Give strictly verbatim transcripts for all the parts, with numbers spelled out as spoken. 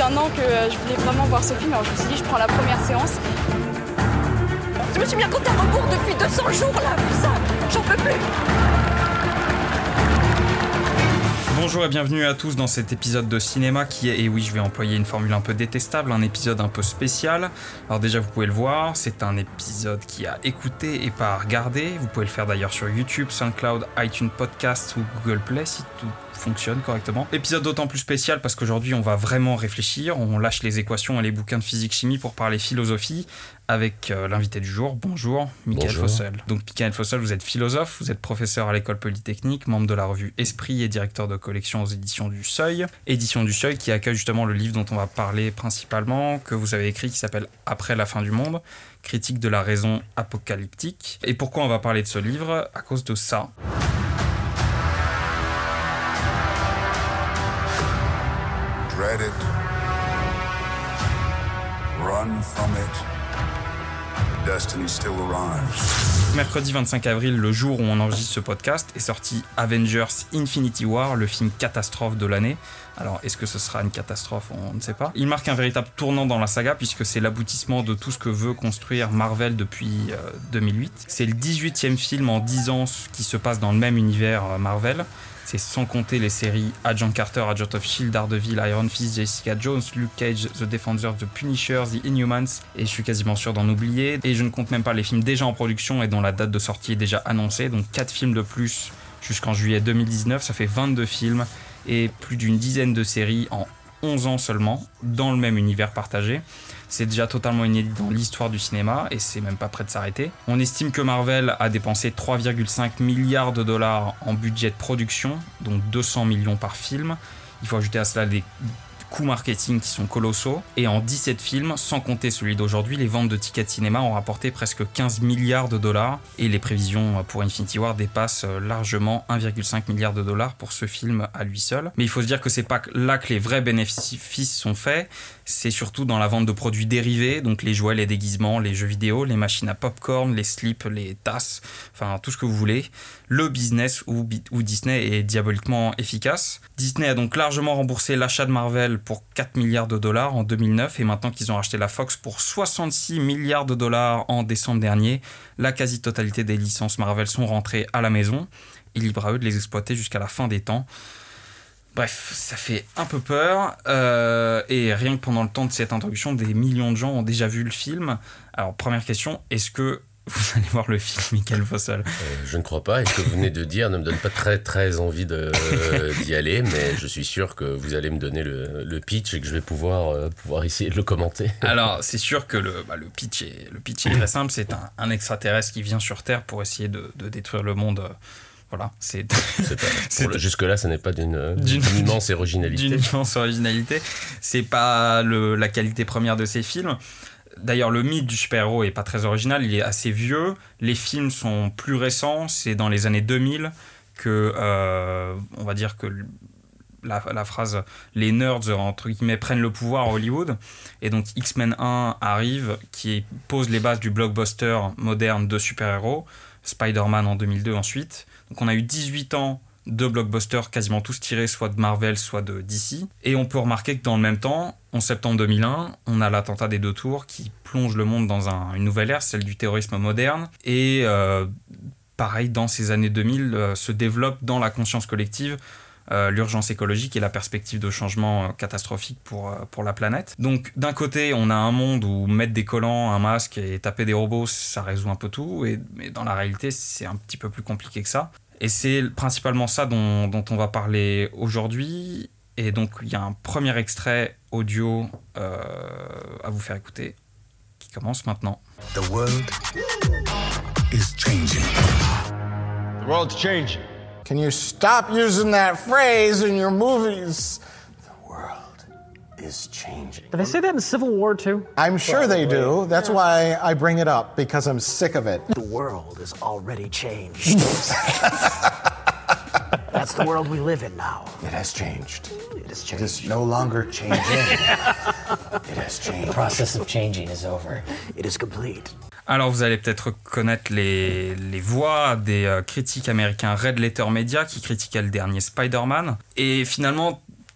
d'un an que euh, je voulais vraiment voir ce film, alors je me suis dit je prends la première séance. Je me suis bien compté à rebours depuis deux cents jours là, putain, j'en peux plus. Bonjour et bienvenue à tous dans cet épisode de cinéma qui est, et oui je vais employer une formule un peu détestable, un épisode un peu spécial. Alors déjà vous pouvez le voir, c'est un épisode qui a écouté et pas à regarder. Vous pouvez le faire d'ailleurs sur YouTube, SoundCloud, iTunes Podcast ou Google Play si tout fonctionne correctement. Épisode d'autant plus spécial parce qu'aujourd'hui on va vraiment réfléchir, on lâche les équations et les bouquins de physique-chimie pour parler philosophie avec euh, l'invité du jour. Bonjour, Michael Fossel. Donc Michael Fossel, vous êtes philosophe, vous êtes professeur à l'école polytechnique, membre de la revue Esprit et directeur de collection aux éditions du Seuil. Édition du Seuil qui accueille justement le livre dont on va parler principalement, que vous avez écrit, qui s'appelle Après la fin du monde, critique de la raison apocalyptique. Et pourquoi on va parler de ce livre ? À cause de ça. Dread it. Run from it. Destiny still arrives. Mercredi vingt-cinq avril, le jour où on enregistre ce podcast, est sorti Avengers Infinity War, le film catastrophe de l'année. Alors, est-ce que ce sera une catastrophe ? On ne sait pas. Il marque un véritable tournant dans la saga puisque c'est l'aboutissement de tout ce que veut construire Marvel depuis euh, deux mille huit. C'est le dix-huitième film en dix ans qui se passe dans le même univers euh, Marvel. C'est sans compter les séries Agent Carter, Agent of Shield, Daredevil, Iron Fist, Jessica Jones, Luke Cage, The Defenders, The Punisher, The Inhumans, et je suis quasiment sûr d'en oublier. Et je ne compte même pas les films déjà en production et dont la date de sortie est déjà annoncée, donc quatre films de plus jusqu'en juillet deux mille dix-neuf, ça fait vingt-deux films et plus d'une dizaine de séries en onze ans seulement, dans le même univers partagé. C'est déjà totalement inédit dans l'histoire du cinéma et c'est même pas prêt de s'arrêter. On estime que Marvel a dépensé trois virgule cinq milliards de dollars en budget de production, donc deux cents millions par film. Il faut ajouter à cela des coûts marketing qui sont colossaux. Et en dix-sept films, sans compter celui d'aujourd'hui, les ventes de tickets de cinéma ont rapporté presque quinze milliards de dollars. Et les prévisions pour Infinity War dépassent largement un virgule cinq milliard de dollars pour ce film à lui seul. Mais il faut se dire que c'est pas là que les vrais bénéfices sont faits. C'est surtout dans la vente de produits dérivés, donc les jouets, les déguisements, les jeux vidéo, les machines à popcorn, les slips, les tasses, enfin tout ce que vous voulez. Le business où, où Disney est diaboliquement efficace. Disney a donc largement remboursé l'achat de Marvel pour quatre milliards de dollars en deux mille neuf et maintenant qu'ils ont racheté la Fox pour soixante-six milliards de dollars en décembre dernier, la quasi-totalité des licences Marvel sont rentrées à la maison et libre à eux de les exploiter jusqu'à la fin des temps. Bref, ça fait un peu peur, euh, et rien que pendant le temps de cette introduction, des millions de gens ont déjà vu le film. Alors, première question, est-ce que vous allez voir le film, Michael Fossel ? euh, Je ne crois pas, et ce que vous venez de dire ne me donne pas très très envie de, euh, d'y aller, mais je suis sûr que vous allez me donner le, le pitch et que je vais pouvoir, euh, pouvoir essayer de le commenter. Alors, c'est sûr que le, bah, le, pitch, est, le pitch est très simple, c'est un, un extraterrestre qui vient sur Terre pour essayer de, de détruire le monde. Euh, Voilà, c'est... c'est pas, c'est le, jusque-là, ça n'est pas d'une, d'une, d'une immense originalité. D'une immense originalité. C'est pas le, la qualité première de ces films. D'ailleurs, le mythe du super-héros est pas très original, il est assez vieux. Les films sont plus récents, c'est dans les années deux mille que, euh, on va dire que la, la phrase « les nerds » entre guillemets prennent le pouvoir à Hollywood. Et donc X-Men un arrive, qui pose les bases du blockbuster moderne de super-héros. Spider-Man en deux mille deux ensuite. Donc on a eu dix-huit ans de blockbusters quasiment tous tirés soit de Marvel soit de D C. Et on peut remarquer que dans le même temps, en septembre deux mille un, on a l'attentat des deux tours qui plonge le monde dans un, une nouvelle ère, celle du terrorisme moderne. Et euh, pareil, dans ces années deux mille, euh, se développe dans la conscience collective Euh, l'urgence écologique et la perspective de changement euh, catastrophique pour, euh, pour la planète. Donc d'un côté, on a un monde où mettre des collants, un masque et taper des robots, ça résout un peu tout, et, mais dans la réalité, c'est un petit peu plus compliqué que ça. Et c'est principalement ça dont, dont on va parler aujourd'hui. Et donc il y a un premier extrait audio euh, à vous faire écouter, qui commence maintenant. The world is changing. The world's changing. Can you stop using that phrase in your movies? The world is changing. Do they say that in Civil War too? I'm sure they do. That's why I bring it up, because I'm sick of it. The world is already changed. That's the world we live in now. It has changed. It has It changed. is no longer changing. It has changed. The process of changing is over. It is complete. Alors vous allez peut-être reconnaître les, les voix des euh, critiques américains Red Letter Media qui critiquaient le dernier Spider-Man. Et finalement,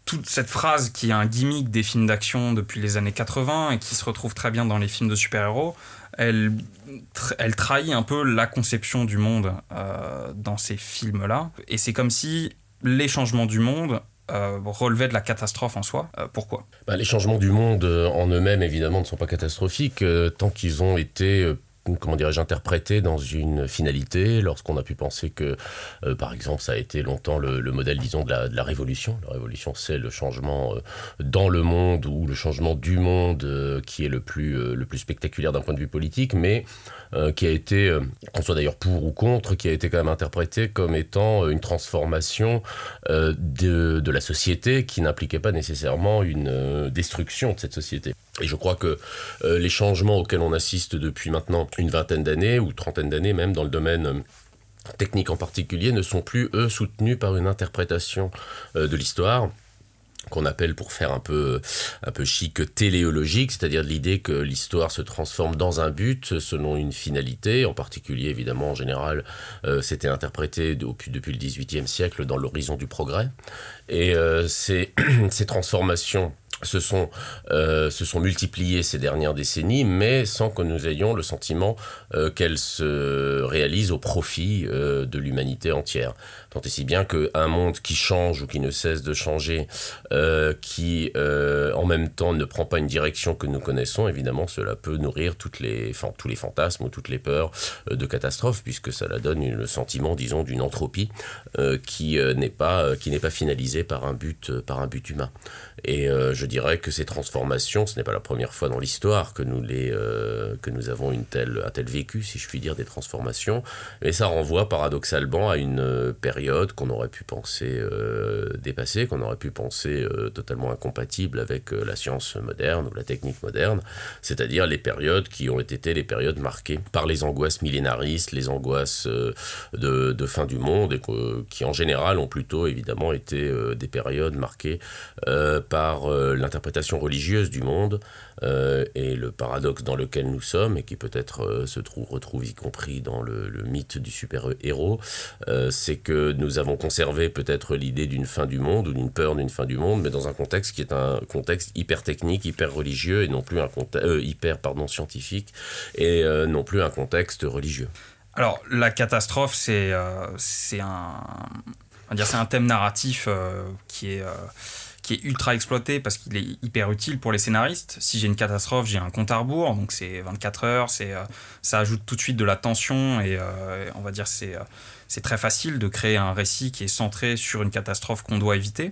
toute cette phrase qui est un gimmick des films d'action depuis les années quatre-vingts et qui se retrouve très bien dans les films de super-héros, elle, elle trahit un peu la conception du monde euh, dans ces films-là. Et c'est comme si les changements du monde euh, relevaient de la catastrophe en soi. Euh, pourquoi ? Bah, les changements du monde euh, en eux-mêmes, évidemment, ne sont pas catastrophiques euh, tant qu'ils ont été... Euh, comment dirais-je, interprété dans une finalité, lorsqu'on a pu penser que, euh, par exemple, ça a été longtemps le, le modèle, disons, de la, de la révolution. La révolution, c'est le changement euh, dans le monde, ou le changement du monde euh, qui est le plus, euh, le plus spectaculaire d'un point de vue politique, mais euh, qui a été, euh, qu'on soit d'ailleurs pour ou contre, qui a été quand même interprété comme étant une transformation euh, de, de la société qui n'impliquait pas nécessairement une euh, destruction de cette société. Et je crois que euh, les changements auxquels on assiste depuis maintenant une vingtaine d'années, ou trentaine d'années même, dans le domaine euh, technique en particulier, ne sont plus, eux, soutenus par une interprétation euh, de l'histoire, qu'on appelle, pour faire un peu, un peu chic, téléologique, c'est-à-dire l'idée que l'histoire se transforme dans un but selon une finalité, en particulier, évidemment, en général, euh, c'était interprété depuis, depuis le dix-huitième siècle dans l'horizon du progrès. Et euh, ces, ces transformations se sont, euh, se sont multipliées ces dernières décennies, mais sans que nous ayons le sentiment euh, qu'elles se réalisent au profit euh, de l'humanité entière. Tant et si bien qu'un monde qui change ou qui ne cesse de changer, euh, qui euh, en même temps ne prend pas une direction que nous connaissons, évidemment cela peut nourrir toutes les, enfin, tous les fantasmes ou toutes les peurs euh, de catastrophe, puisque cela donne une, le sentiment, disons, d'une entropie euh, qui euh, n'est pas, euh, qui n'est pas finalisée par un but, euh, par un but humain. Et euh, je dirais que ces transformations, ce n'est pas la première fois dans l'histoire que nous, les, euh, que nous avons une telle, un tel vécu, si je puis dire, des transformations, mais ça renvoie paradoxalement à une euh, période qu'on aurait pu penser euh, dépassée, qu'on aurait pu penser euh, totalement incompatible avec euh, la science moderne ou la technique moderne, c'est-à-dire les périodes qui ont été les périodes marquées par les angoisses millénaristes, les angoisses euh, de, de fin du monde, et que, qui en général ont plutôt évidemment été euh, des périodes marquées euh, par euh, l'interprétation religieuse du monde euh, et le paradoxe dans lequel nous sommes, et qui peut-être euh, se trouve, retrouve y compris dans le, le mythe du super-héros, euh, c'est que nous avons conservé peut-être l'idée d'une fin du monde ou d'une peur d'une fin du monde, mais dans un contexte qui est un contexte hyper technique, hyper religieux, et non plus un contexte, euh, hyper pardon, scientifique, et euh, non plus un contexte religieux. Alors, la catastrophe, c'est, euh, c'est, un, on va dire, c'est un thème narratif euh, qui est... Euh, qui est ultra exploité parce qu'il est hyper utile pour les scénaristes. Si j'ai une catastrophe, j'ai un compte à rebours, donc c'est vingt-quatre heures, c'est, euh, ça ajoute tout de suite de la tension, et euh, on va dire c'est, euh, c'est très facile de créer un récit qui est centré sur une catastrophe qu'on doit éviter.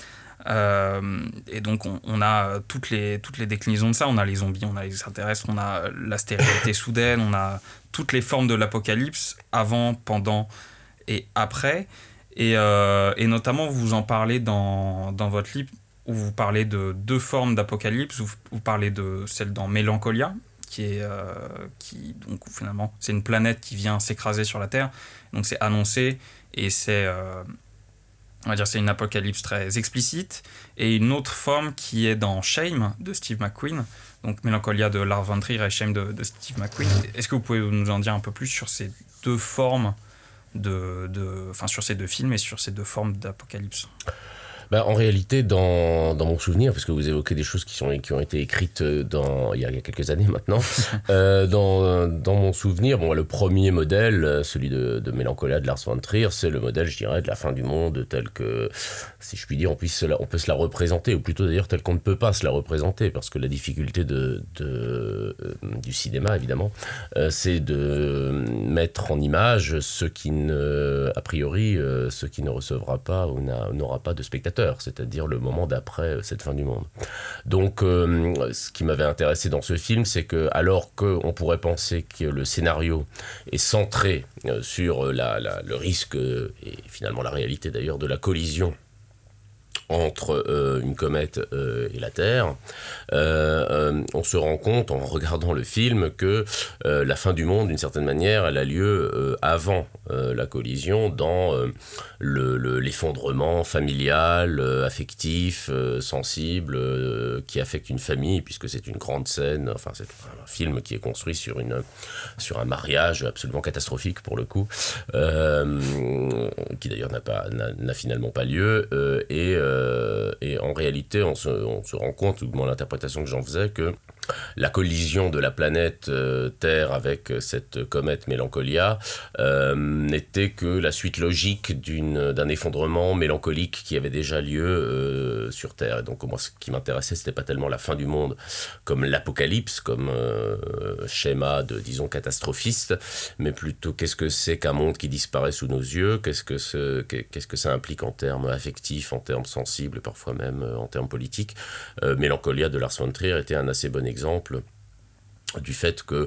Euh, et donc on, on a toutes les, toutes les déclinaisons de ça, on a les zombies, on a les extraterrestres, on a la stérilité soudaine, on a toutes les formes de l'apocalypse, avant, pendant et après. Et, euh, et notamment, vous en parlez dans, dans votre livre, où vous parlez de deux formes d'apocalypse. Vous, vous parlez de celle dans Mélancolia, qui est, euh, qui, donc, finalement, c'est une planète qui vient s'écraser sur la Terre. Donc c'est annoncé, et c'est, euh, on va dire, c'est une apocalypse très explicite. Et une autre forme qui est dans Shame, de Steve McQueen. Donc Mélancolia de Lars von Trier et Shame de, de Steve McQueen. Est-ce que vous pouvez nous en dire un peu plus sur ces deux formes De, de, enfin, sur ces deux films et sur ces deux formes d'apocalypse? Ben, en réalité, dans, dans mon souvenir, parce que vous évoquez des choses qui, sont, qui ont été écrites dans, il, y a, il y a quelques années maintenant, euh, dans, dans mon souvenir, bon, le premier modèle, celui de, de Mélancolia de Lars von Trier, c'est le modèle, je dirais, de la fin du monde, tel que, si je puis dire, on, puisse la, on peut se la représenter, ou plutôt d'ailleurs tel qu'on ne peut pas se la représenter, parce que la difficulté de, de, euh, du cinéma, évidemment, euh, c'est de mettre en image ce qui ne, a priori, euh, ce qui ne recevra pas ou n'a, n'aura pas de spectateur, c'est-à-dire le moment d'après cette fin du monde. Donc, euh, ce qui m'avait intéressé dans ce film, c'est que, alors qu'on pourrait penser que le scénario est centré euh, sur la, la, le risque, euh, et finalement la réalité d'ailleurs, de la collision entre euh, une comète euh, et la Terre, euh, euh, on se rend compte en regardant le film que euh, la fin du monde, d'une certaine manière, elle a lieu euh, avant euh, la collision, dans euh, le, le, l'effondrement familial, euh, affectif, euh, sensible, euh, qui affecte une famille, puisque c'est une grande scène, enfin c'est un film qui est construit sur, une, sur un mariage absolument catastrophique pour le coup, euh, qui d'ailleurs n'a, pas, n'a, n'a finalement pas lieu, euh, et euh, euh, et en réalité, on se, on se rend compte, ou du moins l'interprétation que j'en faisais, que la collision de la planète euh, Terre avec cette comète Mélancolia euh, n'était que la suite logique d'une, d'un effondrement mélancolique qui avait déjà lieu euh, sur Terre. Et donc moi, ce qui m'intéressait, c'était pas tellement la fin du monde comme l'apocalypse, comme euh, schéma de, disons, catastrophiste, mais plutôt qu'est-ce que c'est qu'un monde qui disparaît sous nos yeux, qu'est-ce que, ce, qu'est-ce que ça implique en termes affectifs, en termes sensibles, parfois même en termes politiques. Euh, Mélancolia de Lars von Trier était un assez bon exemple exemple du fait que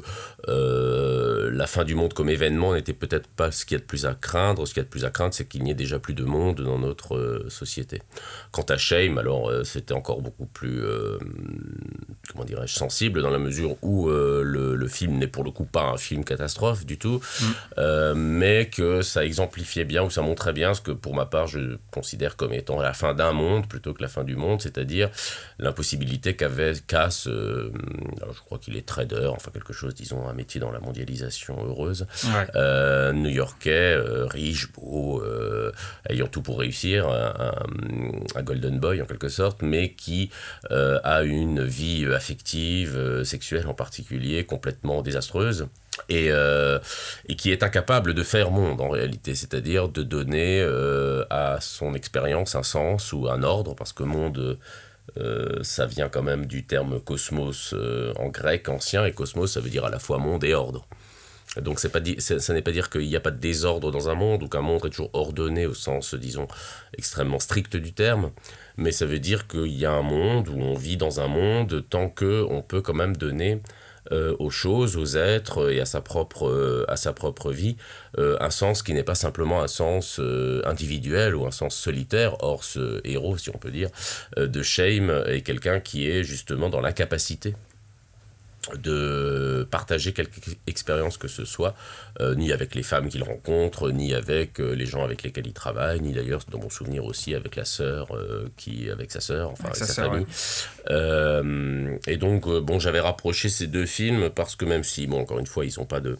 euh, la fin du monde comme événement n'était peut-être pas ce qu'il y a de plus à craindre. Ce qu'il y a de plus à craindre, c'est qu'il n'y ait déjà plus de monde dans notre euh, société. Quant à Shame, alors euh, c'était encore beaucoup plus, euh, comment dirais-je, sensible, dans la mesure où euh, le, le film n'est pour le coup pas un film catastrophe du tout, mmh. euh, mais que ça exemplifiait bien, ou ça montrait bien ce que pour ma part je considère comme étant la fin d'un monde plutôt que la fin du monde, c'est-à-dire l'impossibilité qu'avait Cass, euh, alors je crois qu'il est trader, enfin quelque chose, disons, un métier dans la mondialisation heureuse, ouais. euh, new-yorkais, euh, riche, beau, euh, ayant tout pour réussir, un, un golden boy en quelque sorte, mais qui euh, a une vie affective, euh, sexuelle en particulier, complètement désastreuse. Et, euh, et qui est incapable de faire monde en réalité, c'est-à-dire de donner euh, à son expérience un sens ou un ordre, parce que monde... Euh, ça vient quand même du terme cosmos euh, en grec ancien, et cosmos ça veut dire à la fois monde et ordre. Donc c'est pas di- c'est, ça n'est pas dire qu'il n'y a pas de désordre dans un monde, ou qu'un monde est toujours ordonné au sens, disons, extrêmement strict du terme, mais ça veut dire qu'il y a un monde où on vit dans un monde tant qu'on peut quand même donner Euh, aux choses, aux êtres et à sa propre, euh, à sa propre vie, euh, un sens qui n'est pas simplement un sens euh, individuel ou un sens solitaire. Or, ce héros, si on peut dire, euh, de Shame est quelqu'un qui est justement dans l'incapacité de partager quelque expérience que ce soit, euh, ni avec les femmes qu'il rencontre, ni avec euh, les gens avec lesquels il travaille, ni d'ailleurs, dans mon souvenir aussi, avec la sœur, euh, qui, avec sa sœur, enfin avec, avec sa, sa famille. Ouais. Euh, et donc, euh, bon, j'avais rapproché ces deux films parce que même si, bon, encore une fois, ils n'ont pas de...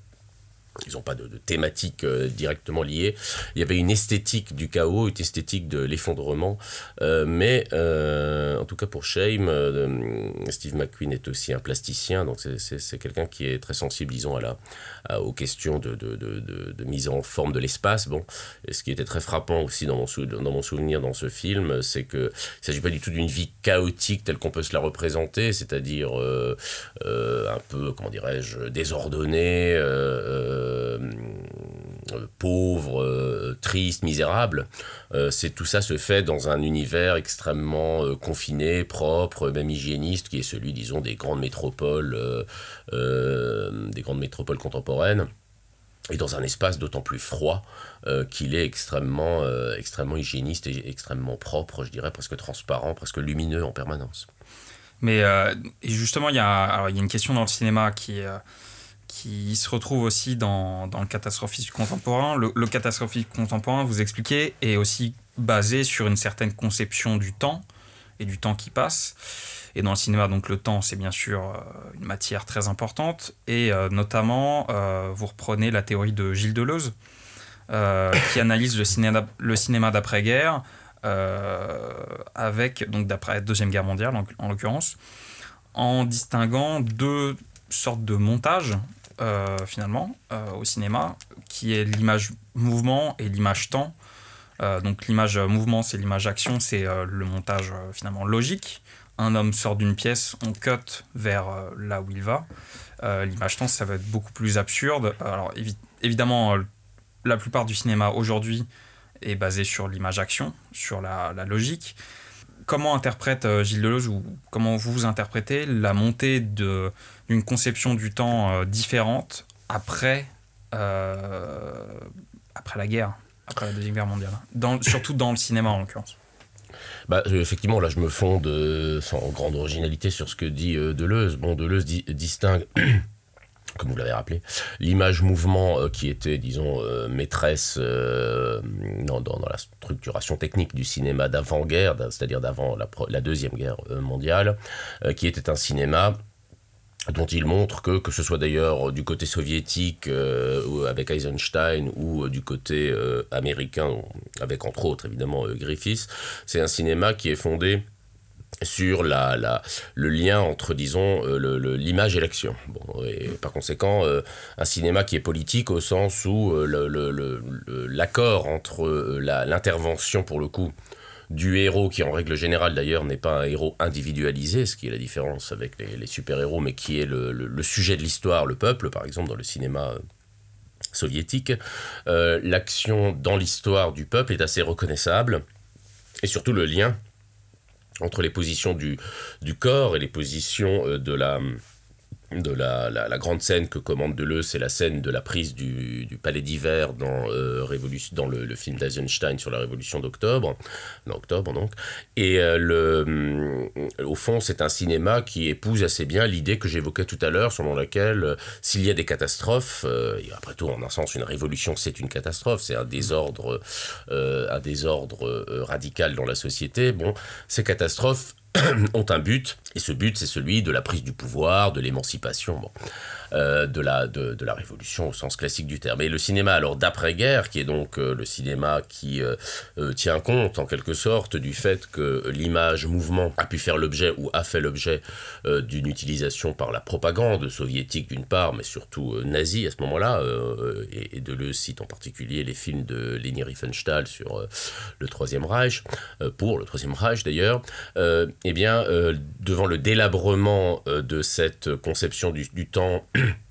Ils n'ont pas de, de thématique euh, directement liée. Il y avait une esthétique du chaos, une esthétique de l'effondrement. Euh, mais euh, en tout cas pour Shame, euh, Steve McQueen est aussi un plasticien. Donc c'est, c'est, c'est quelqu'un qui est très sensible, disons, à la, à, aux questions de, de, de, de, de mise en forme de l'espace. Bon. Et ce qui était très frappant aussi dans mon, sou, dans mon souvenir dans ce film, c'est qu'il ne s'agit pas du tout d'une vie chaotique telle qu'on peut se la représenter, c'est-à-dire euh, euh, un peu, comment dirais-je, désordonnée, euh, Euh, euh, pauvre, euh, triste, misérable. Euh, c'est, tout ça se fait dans un univers extrêmement euh, confiné, propre, même hygiéniste, qui est celui, disons, des grandes métropoles, euh, euh, des grandes métropoles contemporaines, et dans un espace d'autant plus froid euh, qu'il est extrêmement, euh, extrêmement hygiéniste et extrêmement propre, je dirais, presque transparent, presque lumineux en permanence. Mais euh, et justement, il y a, alors, il y a une question dans le cinéma qui est... Euh, qui se retrouve aussi dans, dans le catastrophisme contemporain. Le, le catastrophisme contemporain, vous expliquez, est aussi basé sur une certaine conception du temps et du temps qui passe. Et dans le cinéma, donc, le temps, c'est bien sûr euh, une matière très importante. Et euh, notamment, euh, vous reprenez la théorie de Gilles Deleuze, euh, qui analyse le cinéma, le cinéma d'après-guerre, euh, avec, donc d'après la Deuxième Guerre mondiale, en, en l'occurrence, en distinguant deux sortes de montages, Euh, finalement, euh, au cinéma, qui est l'image mouvement et l'image temps. Euh, donc l'image mouvement, c'est l'image action, c'est euh, le montage euh, finalement logique. Un homme sort d'une pièce, on cut vers euh, là où il va. Euh, l'image temps, ça va être beaucoup plus absurde. Alors évi- évidemment, euh, la plupart du cinéma aujourd'hui est basé sur l'image action, sur la, la logique. Comment interprète euh, Gilles Deleuze, ou comment vous interprétez la montée de, d'une conception du temps euh, différente après, euh, après la guerre, après la Deuxième Guerre mondiale, dans, surtout dans le cinéma en l'occurrence? Bah, effectivement, là je me fonde euh, sans grande originalité sur ce que dit euh, Deleuze. Bon, Deleuze di- distingue... comme vous l'avez rappelé, l'image mouvement euh, qui était, disons, euh, maîtresse euh, dans, dans, dans la structuration technique du cinéma d'avant-guerre, c'est-à-dire d'avant la, la Deuxième Guerre mondiale, euh, qui était un cinéma dont il montre que, que ce soit d'ailleurs du côté soviétique euh, avec Eisenstein ou euh, du côté euh, américain avec entre autres évidemment euh, Griffiths, c'est un cinéma qui est fondé sur la, la, le lien entre, disons, euh, le, le, l'image et l'action. Bon, et par conséquent, euh, un cinéma qui est politique au sens où euh, le, le, le, le, l'accord entre euh, la, l'intervention, pour le coup, du héros, qui en règle générale d'ailleurs n'est pas un héros individualisé, ce qui est la différence avec les, les super-héros, mais qui est le, le, le sujet de l'histoire, le peuple, par exemple, dans le cinéma soviétique. Euh, l'action dans l'histoire du peuple est assez reconnaissable, et surtout le lien entre les positions du, du corps et les positions euh, de la... de la, la, la grande scène que commande Deleuze, c'est la scène de la prise du, du palais d'hiver dans, euh, Révolution, dans le, le film d'Eisenstein sur la Révolution d'octobre, d'octobre donc. Et euh, le, au fond, c'est un cinéma qui épouse assez bien l'idée que j'évoquais tout à l'heure, selon laquelle euh, s'il y a des catastrophes, euh, et après tout, en un sens, une révolution, c'est une catastrophe, c'est un désordre, euh, un désordre euh, radical dans la société. Bon, ces catastrophes ont un but, et ce but, c'est celui de la prise du pouvoir, de l'émancipation, bon, euh, de, la, de, de la révolution au sens classique du terme. Et le cinéma, alors, d'après-guerre, qui est donc euh, le cinéma qui euh, euh, tient compte, en quelque sorte, du fait que l'image-mouvement a pu faire l'objet, ou a fait l'objet, euh, d'une utilisation par la propagande soviétique, d'une part, mais surtout euh, nazie à ce moment-là, euh, et, et Deleuze cite en particulier les films de Leni Riefenstahl sur euh, le Troisième Reich, euh, pour le Troisième Reich d'ailleurs, euh, eh bien, euh, devant le délabrement euh, de cette conception du, du temps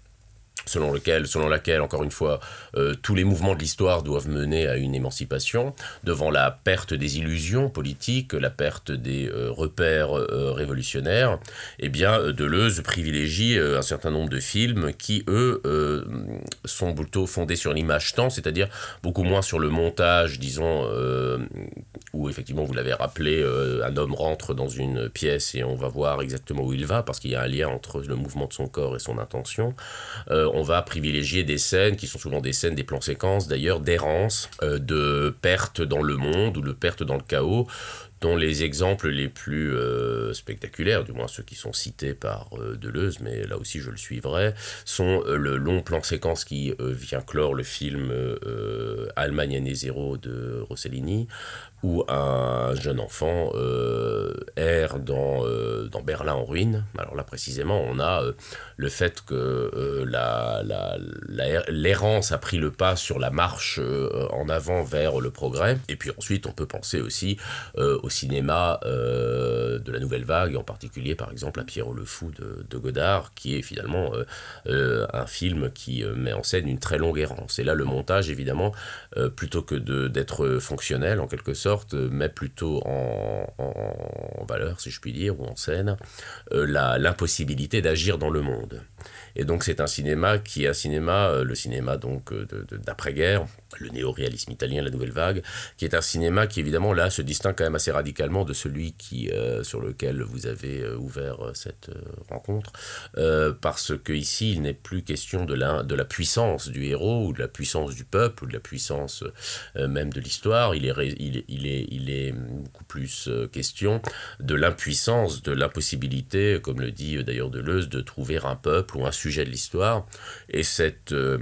selon, lequel, selon laquelle, encore une fois, euh, tous les mouvements de l'histoire doivent mener à une émancipation, devant la perte des illusions politiques, la perte des euh, repères euh, révolutionnaires, eh bien, Deleuze privilégie euh, un certain nombre de films qui, eux, euh, sont plutôt fondés sur l'image-temps, c'est-à-dire beaucoup moins sur le montage, disons, euh, où, effectivement, vous l'avez rappelé, euh, un homme rentre dans une pièce et on va voir exactement où il va, parce qu'il y a un lien entre le mouvement de son corps et son intention. Euh, on va privilégier des scènes qui sont souvent des scènes, des plans séquences d'ailleurs, d'errance, euh, de perte dans le monde ou de perte dans le chaos, dont les exemples les plus euh, spectaculaires, du moins ceux qui sont cités par euh, Deleuze, mais là aussi je le suivrai, sont euh, le long plan séquence qui euh, vient clore le film euh, Allemagne année zéro de Rossellini, où un jeune enfant euh, erre dans, euh, dans Berlin en ruine. Alors là, précisément, on a euh, le fait que euh, la, la, la, l'errance a pris le pas sur la marche euh, en avant vers le progrès. Et puis ensuite, on peut penser aussi euh, au cinéma euh, de la Nouvelle Vague, en particulier, par exemple, à Pierrot le Fou de, de Godard, qui est finalement euh, euh, un film qui euh, met en scène une très longue errance. Et là, le montage, évidemment, euh, plutôt que de, d'être fonctionnel, en quelque sorte, met plutôt en, en, en valeur, si je puis dire, ou en scène, euh, la, l'impossibilité d'agir dans le monde. Et donc c'est un cinéma qui est un cinéma, euh, le cinéma donc de, de, d'après-guerre, le néo-réalisme italien, la Nouvelle Vague, qui est un cinéma qui évidemment là se distingue quand même assez radicalement de celui qui, euh, sur lequel vous avez euh, ouvert euh, cette euh, rencontre, euh, parce que ici il n'est plus question de la, de la puissance du héros ou de la puissance du peuple ou de la puissance euh, même de l'histoire. Il est, il est, il est, il est beaucoup plus euh, question de l'impuissance, de l'impossibilité, comme le dit euh, d'ailleurs Deleuze, de trouver un peuple ou un sujet de l'histoire, et cette euh,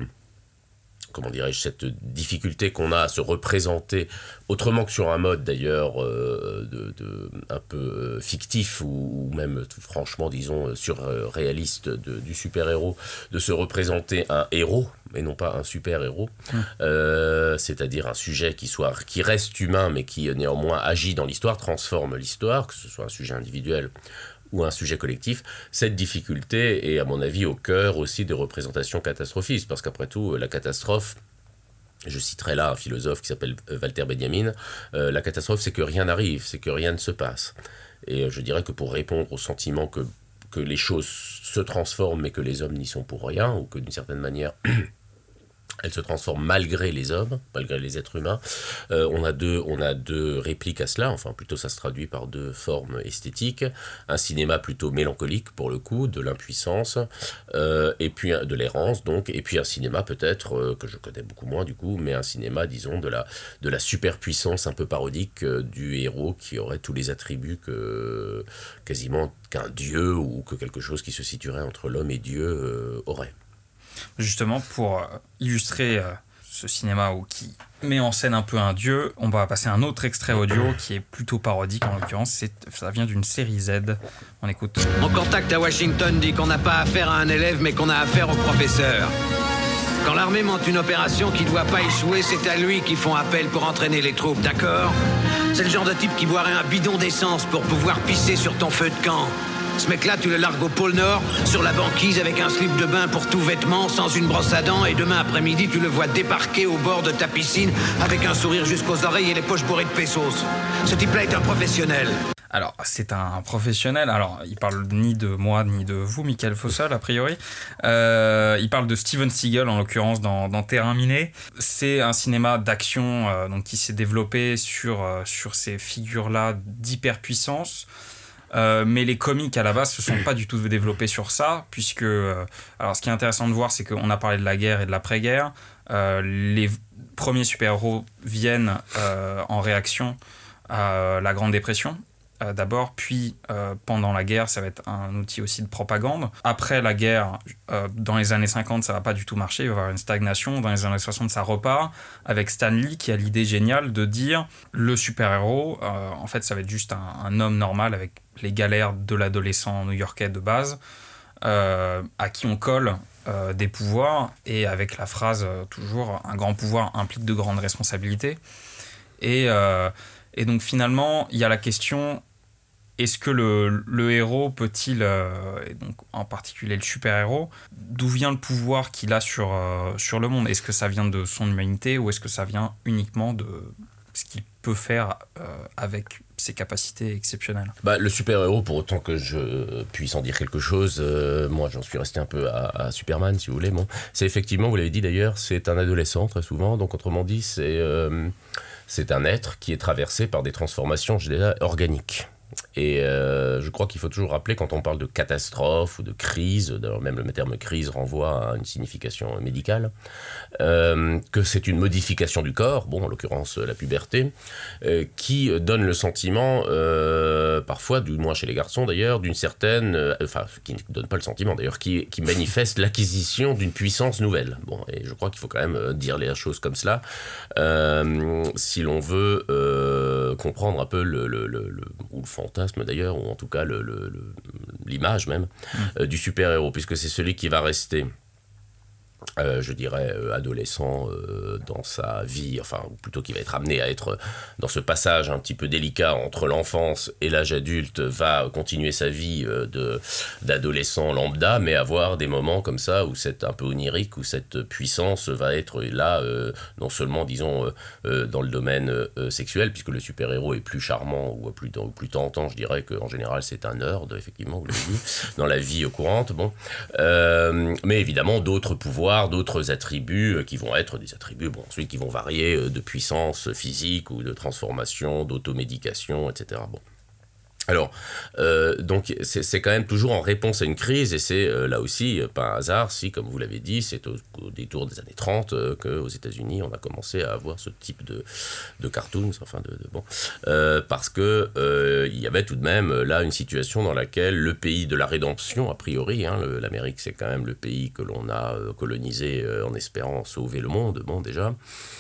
comment dirais-je, cette difficulté qu'on a à se représenter autrement que sur un mode d'ailleurs euh, de, de, un peu euh, fictif ou, ou même franchement disons surréaliste de, du super-héros, de se représenter un héros et non pas un super-héros, mmh. euh, c'est-à-dire un sujet qui, soit, qui reste humain mais qui néanmoins agit dans l'histoire, transforme l'histoire, que ce soit un sujet individuel ou un sujet collectif. Cette difficulté est à mon avis au cœur aussi des représentations catastrophistes, parce qu'après tout la catastrophe, je citerai là un philosophe qui s'appelle Walter Benjamin, euh, la catastrophe c'est que rien n'arrive, c'est que rien ne se passe. Et je dirais que pour répondre au sentiment que, que les choses se transforment mais que les hommes n'y sont pour rien, ou que d'une certaine manière Elle se transforme malgré les hommes, malgré les êtres humains. Euh, on a deux, on a deux répliques à cela, enfin plutôt ça se traduit par deux formes esthétiques. Un cinéma plutôt mélancolique pour le coup, de l'impuissance, euh, et puis de l'errance donc, et puis un cinéma peut-être, euh, que je connais beaucoup moins du coup, mais un cinéma disons de la, de la superpuissance un peu parodique euh, du héros qui aurait tous les attributs que quasiment qu'un dieu ou que quelque chose qui se situerait entre l'homme et Dieu euh, aurait. Justement, pour illustrer ce cinéma où, qui met en scène un peu un dieu, on va passer un autre extrait audio qui est plutôt parodique en l'occurrence. C'est, ça vient d'une série Z. On écoute. Mon contact à Washington dit qu'on n'a pas affaire à un élève, mais qu'on a affaire au professeur. Quand l'armée monte une opération qui ne doit pas échouer, c'est à lui qu'ils font appel pour entraîner les troupes, d'accord ? C'est le genre de type qui boirait un bidon d'essence pour pouvoir pisser sur ton feu de camp. Ce mec-là, tu le largues au pôle Nord, sur la banquise avec un slip de bain pour tout vêtement, sans une brosse à dents, et demain après-midi, tu le vois débarquer au bord de ta piscine avec un sourire jusqu'aux oreilles et les poches bourrées de pesos. Ce type-là est un professionnel. Alors, c'est un professionnel. Alors, il parle ni de moi, ni de vous, Michael Fossel, a priori. Euh, il parle de Steven Seagal, en l'occurrence, dans, dans Terrain miné. C'est un cinéma d'action euh, donc, qui s'est développé sur, euh, sur ces figures-là d'hyperpuissance. Euh, mais les comics à la base se sont pas du tout développés sur ça, puisque euh, alors ce qui est intéressant de voir, c'est qu'on a parlé de la guerre et de l'après-guerre. Euh, les premiers super-héros viennent euh, en réaction à la Grande Dépression euh, d'abord, puis euh, pendant la guerre, ça va être un outil aussi de propagande. Après la guerre, euh, dans les années cinquante, ça va pas du tout marcher, il va y avoir une stagnation. Dans les années soixante, ça repart, avec Stan Lee qui a l'idée géniale de dire le super-héros, euh, en fait, ça va être juste un, un homme normal avec les galères de l'adolescent new-yorkais de base, euh, à qui on colle euh, des pouvoirs, et avec la phrase euh, toujours « un grand pouvoir implique de grandes responsabilités ». Et, euh, et donc finalement, il y a la question, est-ce que le, le héros peut-il, euh, et donc en particulier le super-héros, d'où vient le pouvoir qu'il a sur, euh, sur le monde ? Est-ce que ça vient de son humanité, ou est-ce que ça vient uniquement de ce qu'il peut faire euh, avec ses capacités exceptionnelles ? Bah, le super-héros, pour autant que je puisse en dire quelque chose, euh, moi j'en suis resté un peu à, à Superman, si vous voulez. Bon. C'est effectivement, vous l'avez dit d'ailleurs, c'est un adolescent très souvent, donc autrement dit, c'est, euh, c'est un être qui est traversé par des transformations, je dirais, organiques. Et euh, je crois qu'il faut toujours rappeler, quand on parle de catastrophe ou de crise, d'ailleurs même le terme crise renvoie à une signification médicale, euh, que c'est une modification du corps, bon en l'occurrence la puberté, euh, qui donne le sentiment, euh, parfois, du moins chez les garçons d'ailleurs, d'une certaine, euh, enfin qui ne donne pas le sentiment d'ailleurs, qui, qui manifeste l'acquisition d'une puissance nouvelle. Bon, et je crois qu'il faut quand même dire les choses comme cela, euh, si l'on veut euh, comprendre un peu le, le, le, le ou le fantasme d'ailleurs, ou en tout cas le, le, le, l'image même, mmh. euh, du super-héros, puisque c'est celui qui va rester, euh, je dirais, euh, adolescent euh, dans sa vie, enfin, ou plutôt qui va être amené à être dans ce passage un petit peu délicat entre l'enfance et l'âge adulte, va continuer sa vie euh, de, d'adolescent lambda, mais avoir des moments comme ça, où c'est un peu onirique, où cette puissance va être là, euh, non seulement, disons, euh, euh, dans le domaine euh, sexuel, puisque le super-héros est plus charmant, ou plus, ou plus tentant, je dirais qu'en général, c'est un nerd, effectivement, vous l'avez dit, dans la vie courante, bon. Euh, mais évidemment, d'autres pouvoirs, d'autres attributs qui vont être des attributs, bon, ensuite qui vont varier de puissance physique ou de transformation, d'automédication, et cetera. Bon. Alors, euh, donc c'est, c'est quand même toujours en réponse à une crise, et c'est euh, là aussi euh, pas un hasard si, comme vous l'avez dit, c'est au, au détour des années trente euh, qu'aux États-Unis on a commencé à avoir ce type de, de cartoons, enfin de, de bon, euh, parce que euh, il y avait tout de même là une situation dans laquelle le pays de la rédemption, a priori, hein, le, l'Amérique c'est quand même le pays que l'on a euh, colonisé euh, en espérant sauver le monde, bon déjà.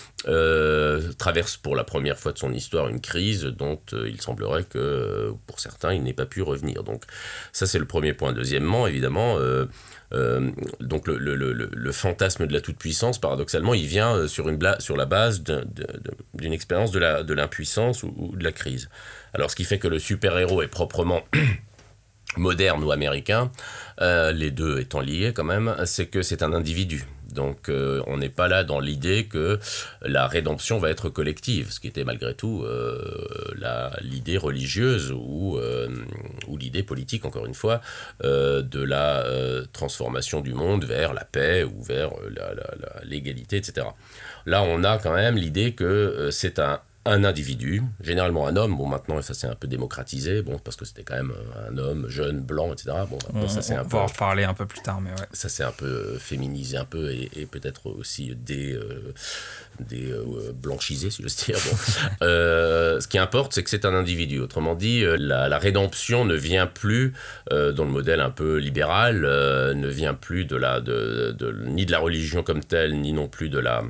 Euh, traverse pour la première fois de son histoire une crise dont euh, il semblerait que euh, pour certains il n'ait pas pu revenir. Donc ça c'est le premier point. Deuxièmement, évidemment, euh, euh, donc le, le, le, le fantasme de la toute-puissance, paradoxalement, il vient sur, une bla- sur la base de, de, de, d'une expérience de, la, de l'impuissance ou, ou de la crise. Alors ce qui fait que le super-héros est proprement moderne ou américain, euh, les deux étant liés quand même, c'est que c'est un individu. Donc euh, on n'est pas là dans l'idée que la rédemption va être collective, ce qui était malgré tout euh, la, l'idée religieuse ou, euh, ou l'idée politique, encore une fois, euh, de la euh, transformation du monde vers la paix ou vers la, la, la, l'égalité, et cetera. Là, on a quand même l'idée que euh, c'est un un individu, généralement un homme, bon maintenant ça s'est un peu démocratisé, bon parce que c'était quand même un homme jeune, blanc, et cetera. Bon, on, ça, c'est on un va peu, en reparler un peu plus tard, mais ouais. Ça s'est un peu féminisé un peu et, et peut-être aussi des, euh, des euh, blanchisés, si j'ose dire. Bon. euh, ce qui importe, c'est que c'est un individu. Autrement dit, la, la rédemption ne vient plus, euh, dans le modèle un peu libéral, euh, ne vient plus de la, de, de, de, ni de la religion comme telle, ni non plus de la...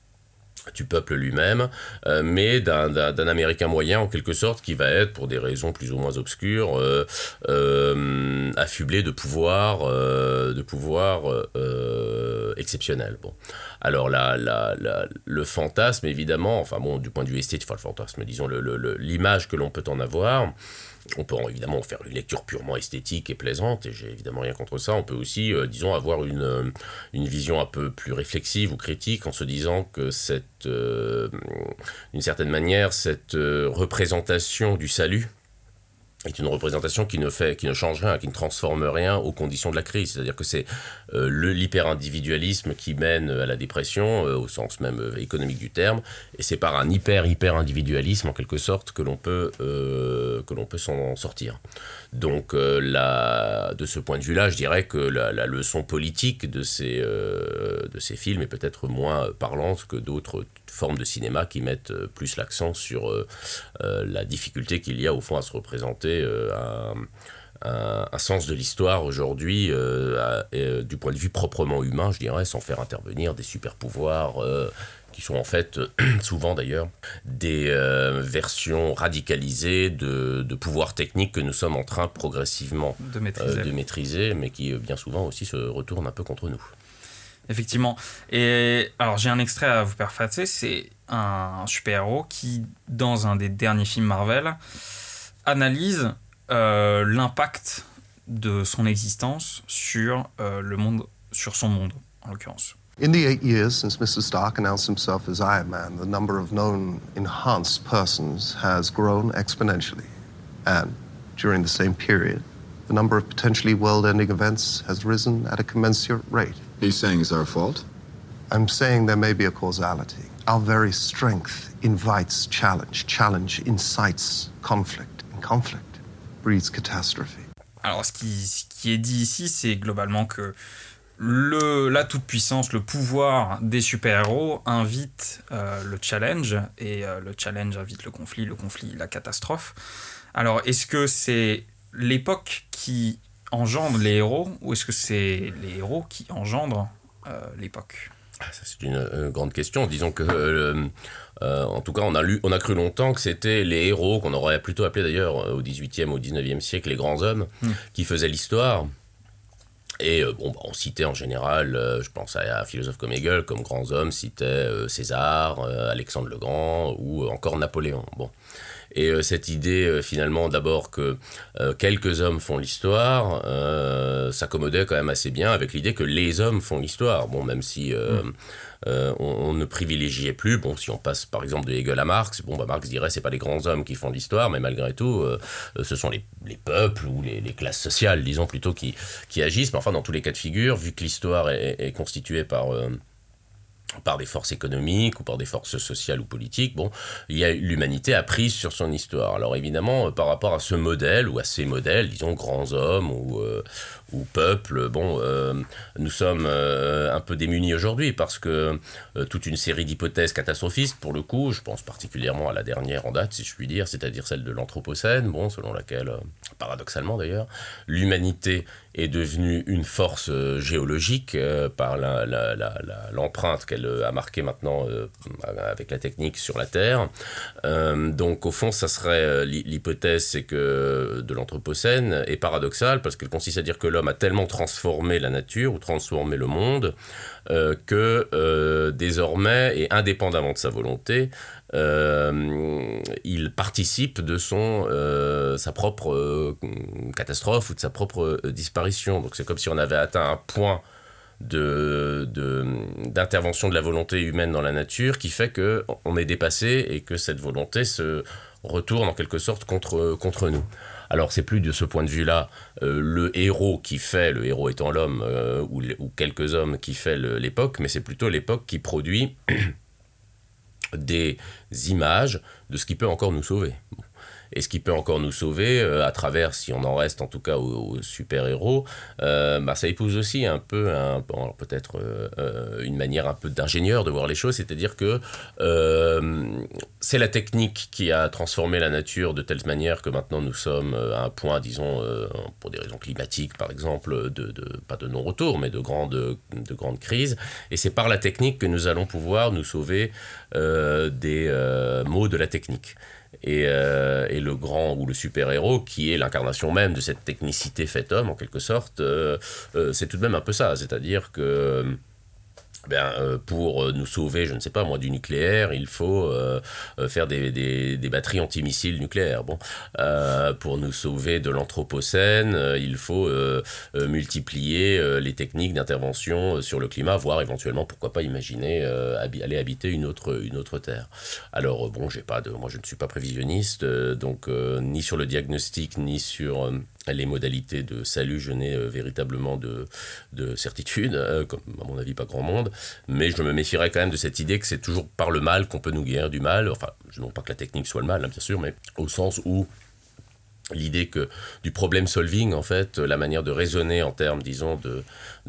du peuple lui-même, euh, mais d'un, d'un, d'un Américain moyen, en quelque sorte, qui va être, pour des raisons plus ou moins obscures, euh, euh, affublé de pouvoirs euh, de pouvoir, euh, exceptionnels. Bon. Alors, la, la, la, le fantasme, évidemment, enfin bon, du point de vue esthétique, enfin le fantasme, disons, le, le, le, l'image que l'on peut en avoir, on peut évidemment faire une lecture purement esthétique et plaisante, et j'ai évidemment rien contre ça. On peut aussi, euh, disons, avoir une, une vision un peu plus réflexive ou critique en se disant que cette, euh, d'une certaine manière, cette euh, représentation du salut est une représentation qui ne fait, qui ne change rien, qui ne transforme rien aux conditions de la crise. C'est-à-dire que c'est euh, le, l'hyper-individualisme qui mène à la dépression, euh, au sens même euh, économique du terme, et c'est par un hyper-hyper-individualisme, en quelque sorte, que l'on peut, euh, que l'on peut s'en sortir. Donc, euh, la, de ce point de vue-là, je dirais que la, la leçon politique de ces, euh, de ces films est peut-être moins parlante que d'autres formes de cinéma qui mettent plus l'accent sur euh, euh, la difficulté qu'il y a, au fond, à se représenter euh, un, un, un sens de l'histoire aujourd'hui, euh, à, euh, du point de vue proprement humain, je dirais, sans faire intervenir des super-pouvoirs euh, qui sont en fait, euh, souvent d'ailleurs, des euh, versions radicalisées de, de pouvoirs techniques que nous sommes en train progressivement de maîtriser. Euh, de maîtriser, mais qui bien souvent aussi se retournent un peu contre nous. Effectivement. Et alors, j'ai un extrait à vous perfacer. C'est un super-héros qui, dans un des derniers films Marvel, analyse euh, l'impact de son existence sur euh, le monde, sur son monde, en l'occurrence. In the eight years since Mister Stark announced himself as Iron Man, the number of known enhanced persons has grown exponentially. And during the same period, the number of potentially world-ending events has risen at a commensurate rate. He's saying it's our fault? I'm saying there may be a causality. Our very strength invites challenge. Challenge incites conflict. And conflict breeds catastrophe. Alors, ce qui, ce qui est dit ici, c'est globalement que le, la toute-puissance, le pouvoir des super-héros invite euh, le challenge, et euh, le challenge invite le conflit, le conflit, la catastrophe. Alors, est-ce que c'est l'époque qui engendre les héros, ou est-ce que c'est les héros qui engendrent euh, l'époque ? Ah, ça, c'est une euh, grande question. Disons que, euh, euh, en tout cas, on a, lu, on a cru longtemps que c'était les héros, qu'on aurait plutôt appelé d'ailleurs au dix-huitième, au dix-neuvième siècle, les grands hommes, mmh. qui faisaient l'histoire. Et euh, bon, bah, on citait en général, euh, je pense à un philosophe comme Hegel, comme grands hommes, citait euh, César, euh, Alexandre le Grand, ou euh, encore Napoléon. Bon. Et euh, cette idée, euh, finalement, d'abord que euh, quelques hommes font l'histoire, euh, s'accommodait quand même assez bien avec l'idée que les hommes font l'histoire. Bon, même si euh, mmh. euh, on, on ne privilégiait plus, bon, si on passe par exemple de Hegel à Marx, bon, bah, Marx dirait c'est pas les grands hommes qui font l'histoire, mais malgré tout, euh, ce sont les, les peuples ou les, les classes sociales, disons plutôt, qui, qui agissent. Mais enfin, dans tous les cas de figure, vu que l'histoire est, est constituée par... Euh, par des forces économiques ou par des forces sociales ou politiques, bon, il y a, l'humanité a prise sur son histoire. Alors évidemment, euh, par rapport à ce modèle, ou à ces modèles, disons, grands hommes ou, euh, ou peuples, bon, euh, nous sommes euh, un peu démunis aujourd'hui, parce que euh, toute une série d'hypothèses catastrophistes, pour le coup, je pense particulièrement à la dernière en date, si je puis dire, c'est-à-dire celle de l'Anthropocène, bon, selon laquelle, euh, paradoxalement d'ailleurs, l'humanité est devenue une force euh, géologique euh, par la, la, la, la, l'empreinte qu'elle a marquée maintenant euh, avec la technique sur la Terre. Euh, donc au fond, ça serait euh, l'hypothèse, c'est que de l'Anthropocène est paradoxale, parce qu'elle consiste à dire que l'homme a tellement transformé la nature ou transformé le monde euh, que euh, désormais, et indépendamment de sa volonté, Euh, il participe de son, euh, sa propre euh, catastrophe ou de sa propre euh, disparition. Donc c'est comme si on avait atteint un point de, de, d'intervention de la volonté humaine dans la nature qui fait qu'on est dépassé et que cette volonté se retourne en quelque sorte contre, contre nous. Alors c'est plus de ce point de vue-là euh, le héros qui fait, le héros étant l'homme euh, ou, ou quelques hommes qui fait le, l'époque, mais c'est plutôt l'époque qui produit des images de ce qui peut encore nous sauver. Et ce qui peut encore nous sauver, euh, à travers, si on en reste en tout cas aux, aux super-héros, euh, bah, ça épouse aussi un peu, un, bon, peut-être euh, une manière un peu d'ingénieur de voir les choses, c'est-à-dire que euh, c'est la technique qui a transformé la nature de telle manière que maintenant nous sommes à un point, disons, euh, pour des raisons climatiques par exemple, de, de, pas de non-retour, mais de grandes, de grandes crises. Et c'est par la technique que nous allons pouvoir nous sauver euh, des euh, maux de la technique. Et, euh, et le grand ou le super-héros, qui est l'incarnation même de cette technicité faite homme, en quelque sorte, euh, euh, c'est tout de même un peu ça. C'est-à-dire que ben, euh, pour nous sauver, je ne sais pas moi, du nucléaire, il faut euh, faire des, des, des batteries antimissiles nucléaires. Bon, euh, pour nous sauver de l'anthropocène, euh, il faut euh, euh, multiplier euh, les techniques d'intervention sur le climat, voire éventuellement, pourquoi pas imaginer euh, habi- aller habiter une autre, une autre terre. Alors bon, j'ai pas de, moi je ne suis pas prévisionniste, euh, donc euh, ni sur le diagnostic, ni sur... Euh, les modalités de salut, je n'ai euh, véritablement de, de certitude, euh, comme à mon avis pas grand monde, mais je me méfierais quand même de cette idée que c'est toujours par le mal qu'on peut nous guérir du mal, enfin, je ne dis pas que la technique soit le mal, hein, bien sûr, mais au sens où l'idée que du problem solving, en fait, la manière de raisonner en termes, disons, de,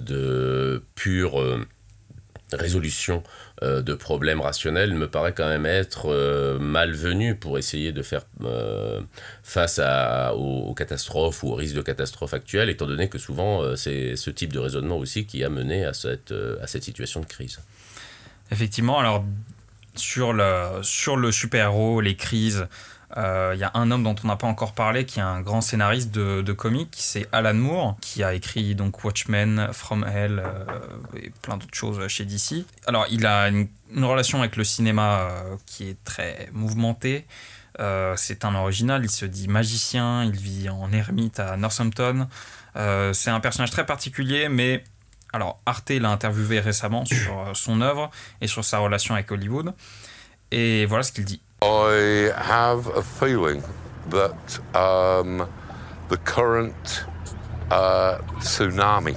de pure... Euh, résolution euh, de problèmes rationnels me paraît quand même être euh, malvenue pour essayer de faire euh, face à, aux, aux catastrophes ou aux risques de catastrophes actuels, étant donné que souvent euh, c'est ce type de raisonnement aussi qui a mené à cette, euh, à cette situation de crise. Effectivement, alors sur le, sur le super-héros, les crises, il euh, y a un homme dont on n'a pas encore parlé qui est un grand scénariste de, de comics, c'est Alan Moore, qui a écrit donc Watchmen, From Hell euh, et plein d'autres choses chez D C. Alors il a une, une relation avec le cinéma euh, qui est très mouvementée. Euh, c'est un original, il se dit magicien, il vit en ermite à Northampton. Euh, c'est un personnage très particulier, mais alors Arte l'a interviewé récemment sur son œuvre et sur sa relation avec Hollywood. Et voilà ce qu'il dit. I have a feeling that um, the current uh, tsunami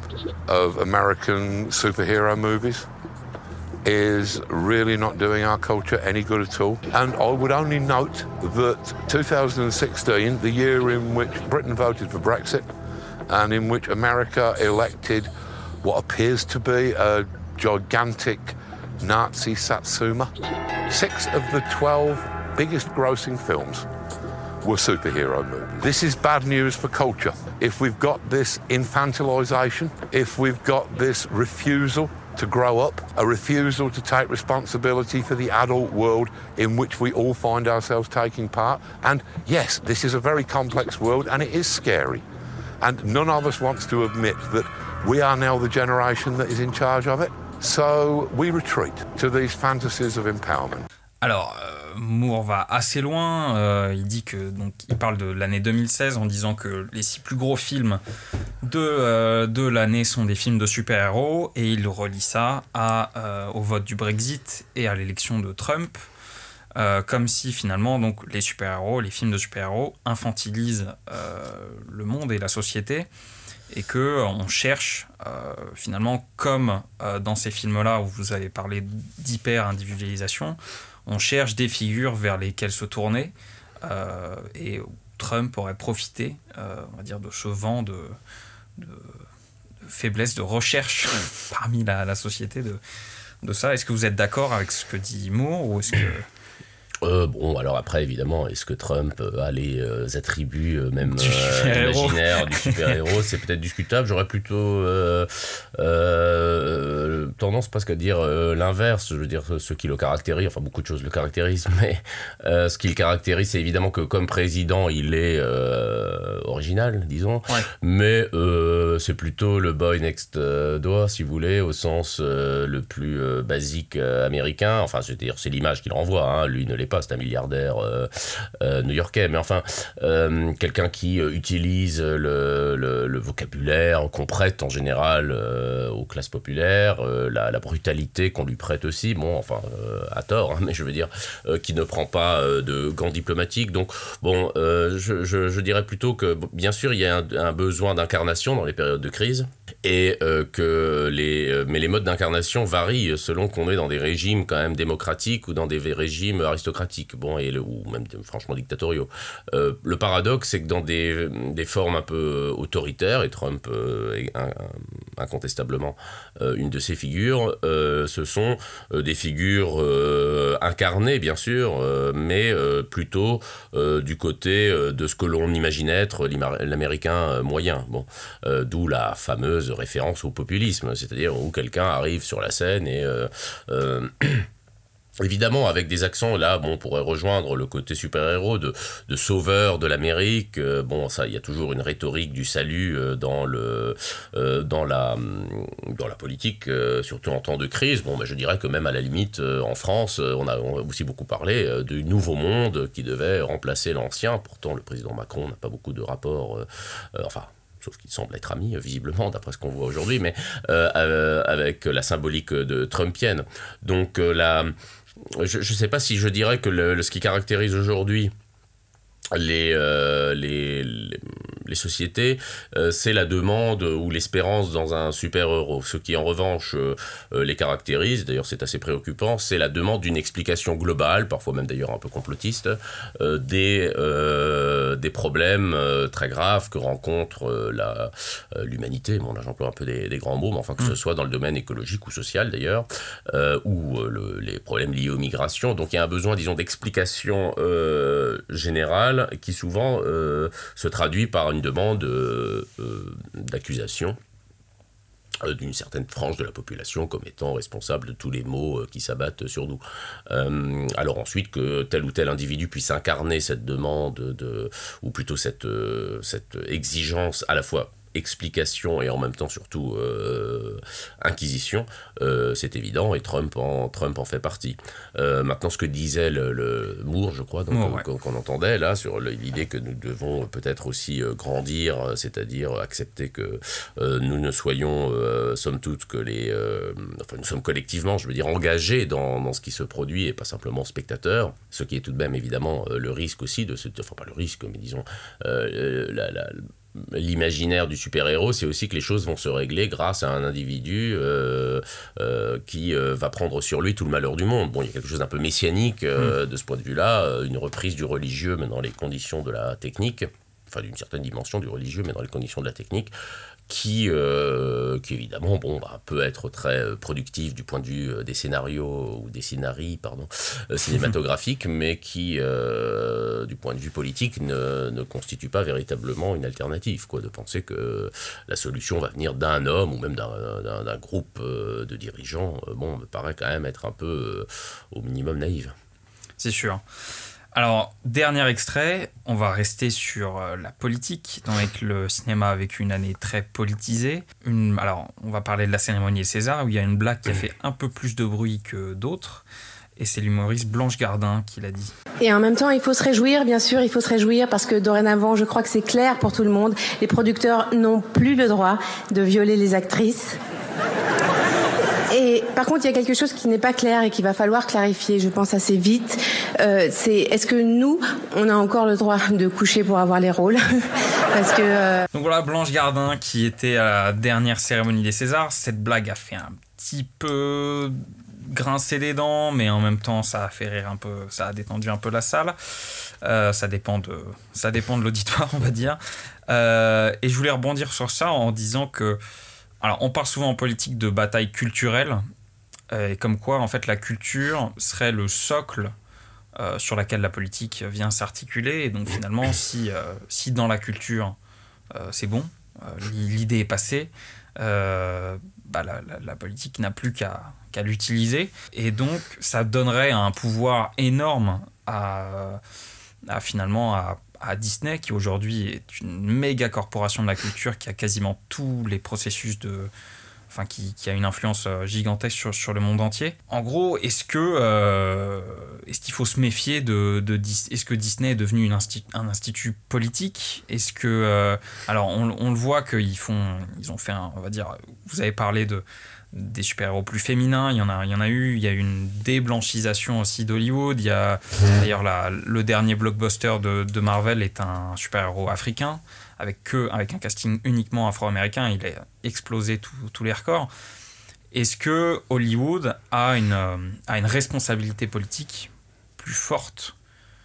of American superhero movies is really not doing our culture any good at all. And I would only note that two thousand sixteen, the year in which Britain voted for Brexit and in which America elected what appears to be a gigantic Nazi Satsuma, six of the twelve biggest grossing films were superhero movies. This is bad news for culture. If we've got this infantilization, if we've got this refusal to grow up, a refusal to take responsibility for the adult world in which we all find ourselves taking part, and yes, this is a very complex world and it is scary. And none of us wants to admit that we are now the generation that is in charge of it. So we retreat to these fantasies of empowerment. Alors, euh, Moore va assez loin. Euh, il dit que donc il parle de l'année deux mille seize en disant que les six plus gros films de euh, de l'année sont des films de super-héros, et il relie ça à euh, au vote du Brexit et à l'élection de Trump, euh, comme si finalement donc les super-héros, les films de super-héros infantilisent euh, le monde et la société. Et qu'on cherche euh, finalement, comme euh, dans ces films-là où vous avez parlé d'hyper-individualisation, on cherche des figures vers lesquelles se tourner, euh, et Trump aurait profité, euh, on va dire, de ce vent de, de, de faiblesse, de recherche parmi la, la société de, de ça. Est-ce que vous êtes d'accord avec ce que dit Moore, ou est-ce que... Euh, bon, alors après, évidemment, est-ce que Trump a les euh, attributs euh, même euh, imaginaires du super-héros? C'est peut-être discutable. J'aurais plutôt euh, euh, tendance tendance presque à dire euh, l'inverse. Je veux dire, ce qui le caractérise, enfin beaucoup de choses le caractérisent, mais euh, ce qui le caractérise, c'est évidemment que comme président, il est euh, original, disons, ouais. mais euh, c'est plutôt le boy next door, si vous voulez, au sens euh, le plus euh, basique euh, américain. Enfin, c'est-à-dire, c'est l'image qu'il renvoie. Hein. Lui ne l'est pas, c'est un milliardaire euh, euh, new-yorkais, mais enfin, euh, quelqu'un qui euh, utilise le, le, le vocabulaire qu'on prête en général euh, aux classes populaires, euh, la, la brutalité qu'on lui prête aussi, bon, enfin, euh, à tort, hein, mais je veux dire, euh, qui ne prend pas euh, de gants diplomatiques. Donc, bon, euh, je, je, je dirais plutôt que, bien sûr, il y a un, un besoin d'incarnation dans les périodes de crise, et euh, que les, euh, mais les modes d'incarnation varient selon qu'on est dans des régimes quand même démocratiques ou dans des régimes aristocratiques, bon, et le, ou même franchement dictatoriaux. Euh, le paradoxe, c'est que dans des, des formes un peu autoritaires, et Trump euh, est un, un, incontestablement euh, une de ces figures, euh, ce sont euh, des figures euh, incarnées, bien sûr, euh, mais euh, plutôt euh, du côté euh, de ce que l'on imaginait être l'américain moyen. Bon, euh, d'où la fameuse référence au populisme, c'est-à-dire où quelqu'un arrive sur la scène et euh, euh, évidemment avec des accents, là bon, on pourrait rejoindre le côté super-héros de, de sauveur de l'Amérique. Euh, bon, ça, il y a toujours une rhétorique du salut euh, dans, le, euh, dans, la, dans la politique, euh, surtout en temps de crise. Bon, ben, je dirais que même à la limite, euh, en France, euh, on, a, on a aussi beaucoup parlé euh, du nouveau monde qui devait remplacer l'ancien. Pourtant, le président Macron n'a pas beaucoup de rapports, euh, euh, enfin... sauf qu'il semble être ami, visiblement, d'après ce qu'on voit aujourd'hui, mais euh, euh, avec la symbolique de Trumpienne. Donc, euh, la, je ne sais pas si je dirais que le, le, ce qui caractérise aujourd'hui les, euh, les, les, les sociétés, euh, c'est la demande ou l'espérance dans un super-héros. Ce qui, en revanche, euh, les caractérise, d'ailleurs c'est assez préoccupant, c'est la demande d'une explication globale, parfois même d'ailleurs un peu complotiste, euh, des, euh, des problèmes euh, très graves que rencontre euh, la, euh, l'humanité. Bon, là j'emploie un peu des, des grands mots, mais enfin que mmh. ce soit dans le domaine écologique ou social d'ailleurs, euh, ou euh, le, les problèmes liés aux migrations. Donc il y a un besoin, disons, d'explication euh, générale qui souvent euh, se traduit par une demande euh, euh, d'accusation euh, d'une certaine frange de la population comme étant responsable de tous les maux euh, qui s'abattent sur nous. Euh, alors ensuite, que tel ou tel individu puisse incarner cette demande, de, ou plutôt cette, euh, cette exigence à la fois explication et en même temps surtout euh, inquisition, euh, c'est évident, et Trump en, Trump en fait partie. Euh, maintenant, ce que disait le, le Moore, je crois, donc, oh, ouais. qu'on, qu'on entendait là, sur l'idée que nous devons peut-être aussi euh, grandir, c'est-à-dire accepter que euh, nous ne soyons, euh, somme toute, que les... Euh, enfin, nous sommes collectivement, je veux dire, engagés dans, dans ce qui se produit et pas simplement spectateurs, ce qui est tout de même évidemment euh, le risque aussi de ce... Enfin, pas le risque, mais disons... Euh, la, la, l'imaginaire du super-héros, c'est aussi que les choses vont se régler grâce à un individu euh, euh, qui euh, va prendre sur lui tout le malheur du monde. Bon, il y a quelque chose d'un peu messianique euh, mmh. de ce point de vue-là, euh, une reprise du religieux, mais dans les conditions de la technique, enfin d'une certaine dimension du religieux, mais dans les conditions de la technique, qui, euh, qui évidemment bon, bah, peut être très productif du point de vue des scénarios, ou des scénarii, pardon, euh, cinématographiques, mais qui, euh, du point de vue politique, ne, ne constitue pas véritablement une alternative, quoi, de penser que la solution va venir d'un homme, ou même d'un, d'un, d'un groupe euh, de dirigeants, euh, bon, me paraît quand même être un peu, euh, au minimum, naïve. C'est sûr. Alors, dernier extrait, on va rester sur euh, la politique, avec le cinéma avec une année très politisée. Une, alors, on va parler de la cérémonie des Césars, où il y a une blague qui a fait un peu plus de bruit que d'autres, et c'est l'humoriste Blanche Gardin qui l'a dit. Et en même temps, il faut se réjouir, bien sûr, il faut se réjouir, parce que dorénavant, je crois que c'est clair pour tout le monde, les producteurs n'ont plus le droit de violer les actrices. Et par contre, il y a quelque chose qui n'est pas clair et qu'il va falloir clarifier, je pense, assez vite. Euh, c'est est-ce que nous, on a encore le droit de coucher pour avoir les rôles ? Parce que euh... donc voilà, Blanche Gardin qui était à la dernière cérémonie des Césars. Cette blague a fait un petit peu grincer les dents, mais en même temps, ça a fait rire un peu, ça a détendu un peu la salle. Euh, ça dépend de, ça dépend de l'auditoire, on va dire. Euh, et je voulais rebondir sur ça en disant que alors, on parle souvent en politique de bataille culturelle, euh, et comme quoi, en fait, la culture serait le socle euh, sur laquelle la politique vient s'articuler. Et donc, finalement, si, euh, si dans la culture, euh, c'est bon, euh, l'idée est passée, euh, bah, la, la, la politique n'a plus qu'à, qu'à l'utiliser. Et donc, ça donnerait un pouvoir énorme à, à finalement à, à Disney, qui aujourd'hui est une méga corporation de la culture, qui a quasiment tous les processus de... Enfin, qui, qui a une influence gigantesque sur, sur le monde entier. En gros, est-ce que euh, est-ce qu'il faut se méfier de, de est-ce que Disney est devenu une insti- un institut politique ? Est-ce que euh, alors on, on le voit qu'ils font, ils ont fait un, on va dire, vous avez parlé de des super-héros plus féminins, il y en a, il y en a eu, il y a eu une déblanchisation aussi d'Hollywood. Il y a d'ailleurs la, le dernier blockbuster de, de Marvel est un super-héros africain. Avec, que, avec un casting uniquement afro-américain, il a explosé tous les records. Est-ce que Hollywood a une, euh, a une responsabilité politique plus forte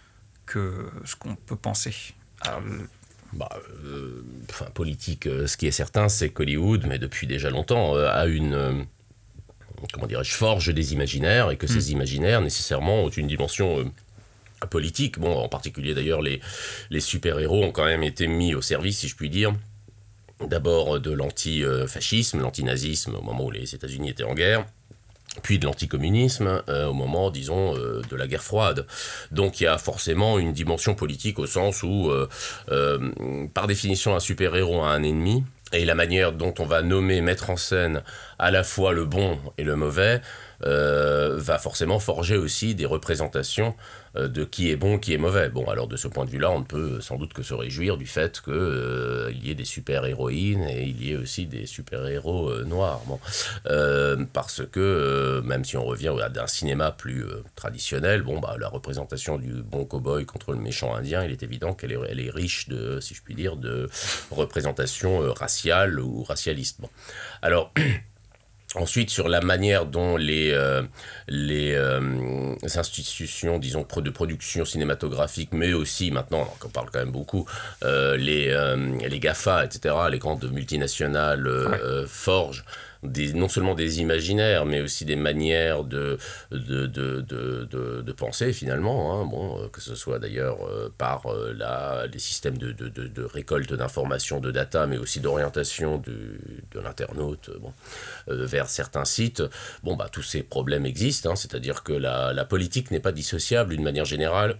que ce qu'on peut penser ? Alors, le... bah, euh, enfin, politique, euh, ce qui est certain, c'est qu'Hollywood, mais depuis déjà longtemps, euh, a une... Euh, comment dirais-je, forge des imaginaires, et que mmh. ces imaginaires, nécessairement, ont une dimension... Euh, politique. Bon, en particulier d'ailleurs, les, les super-héros ont quand même été mis au service, si je puis dire, d'abord de l'anti-fascisme, l'anti-nazisme au moment où les États-Unis étaient en guerre, puis de l'anticommunisme euh, au moment, disons, euh, de la guerre froide. Donc il y a forcément une dimension politique au sens où, euh, euh, par définition, un super-héros a un ennemi, et la manière dont on va nommer, mettre en scène à la fois le bon et le mauvais, Euh, va forcément forger aussi des représentations euh, de qui est bon, qui est mauvais. Bon, alors de ce point de vue-là, on ne peut sans doute que se réjouir du fait qu'il euh, y ait des super-héroïnes et il y ait aussi des super-héros euh, noirs. Bon. Euh, parce que, euh, même si on revient à un cinéma plus euh, traditionnel, bon, bah, la représentation du bon cow-boy contre le méchant indien, il est évident qu'elle est, elle est riche de, si je puis dire, de représentations euh, raciales ou racialistes. Bon. Alors... Ensuite, sur la manière dont les, euh, les euh, institutions, disons, de production cinématographique, mais aussi, maintenant, on parle quand même beaucoup, euh, les, euh, les GAFA, et cetera, les grandes multinationales euh, ouais. forgent des, non seulement des imaginaires, mais aussi des manières de, de, de, de, de, de penser, finalement, hein, bon, que ce soit d'ailleurs euh, par euh, la, les systèmes de, de, de, de récolte d'informations, de data, mais aussi d'orientation du, de l'internaute bon, euh, vers certains sites. Bon, bah, tous ces problèmes existent, hein, c'est-à-dire que la, la politique n'est pas dissociable, d'une manière générale,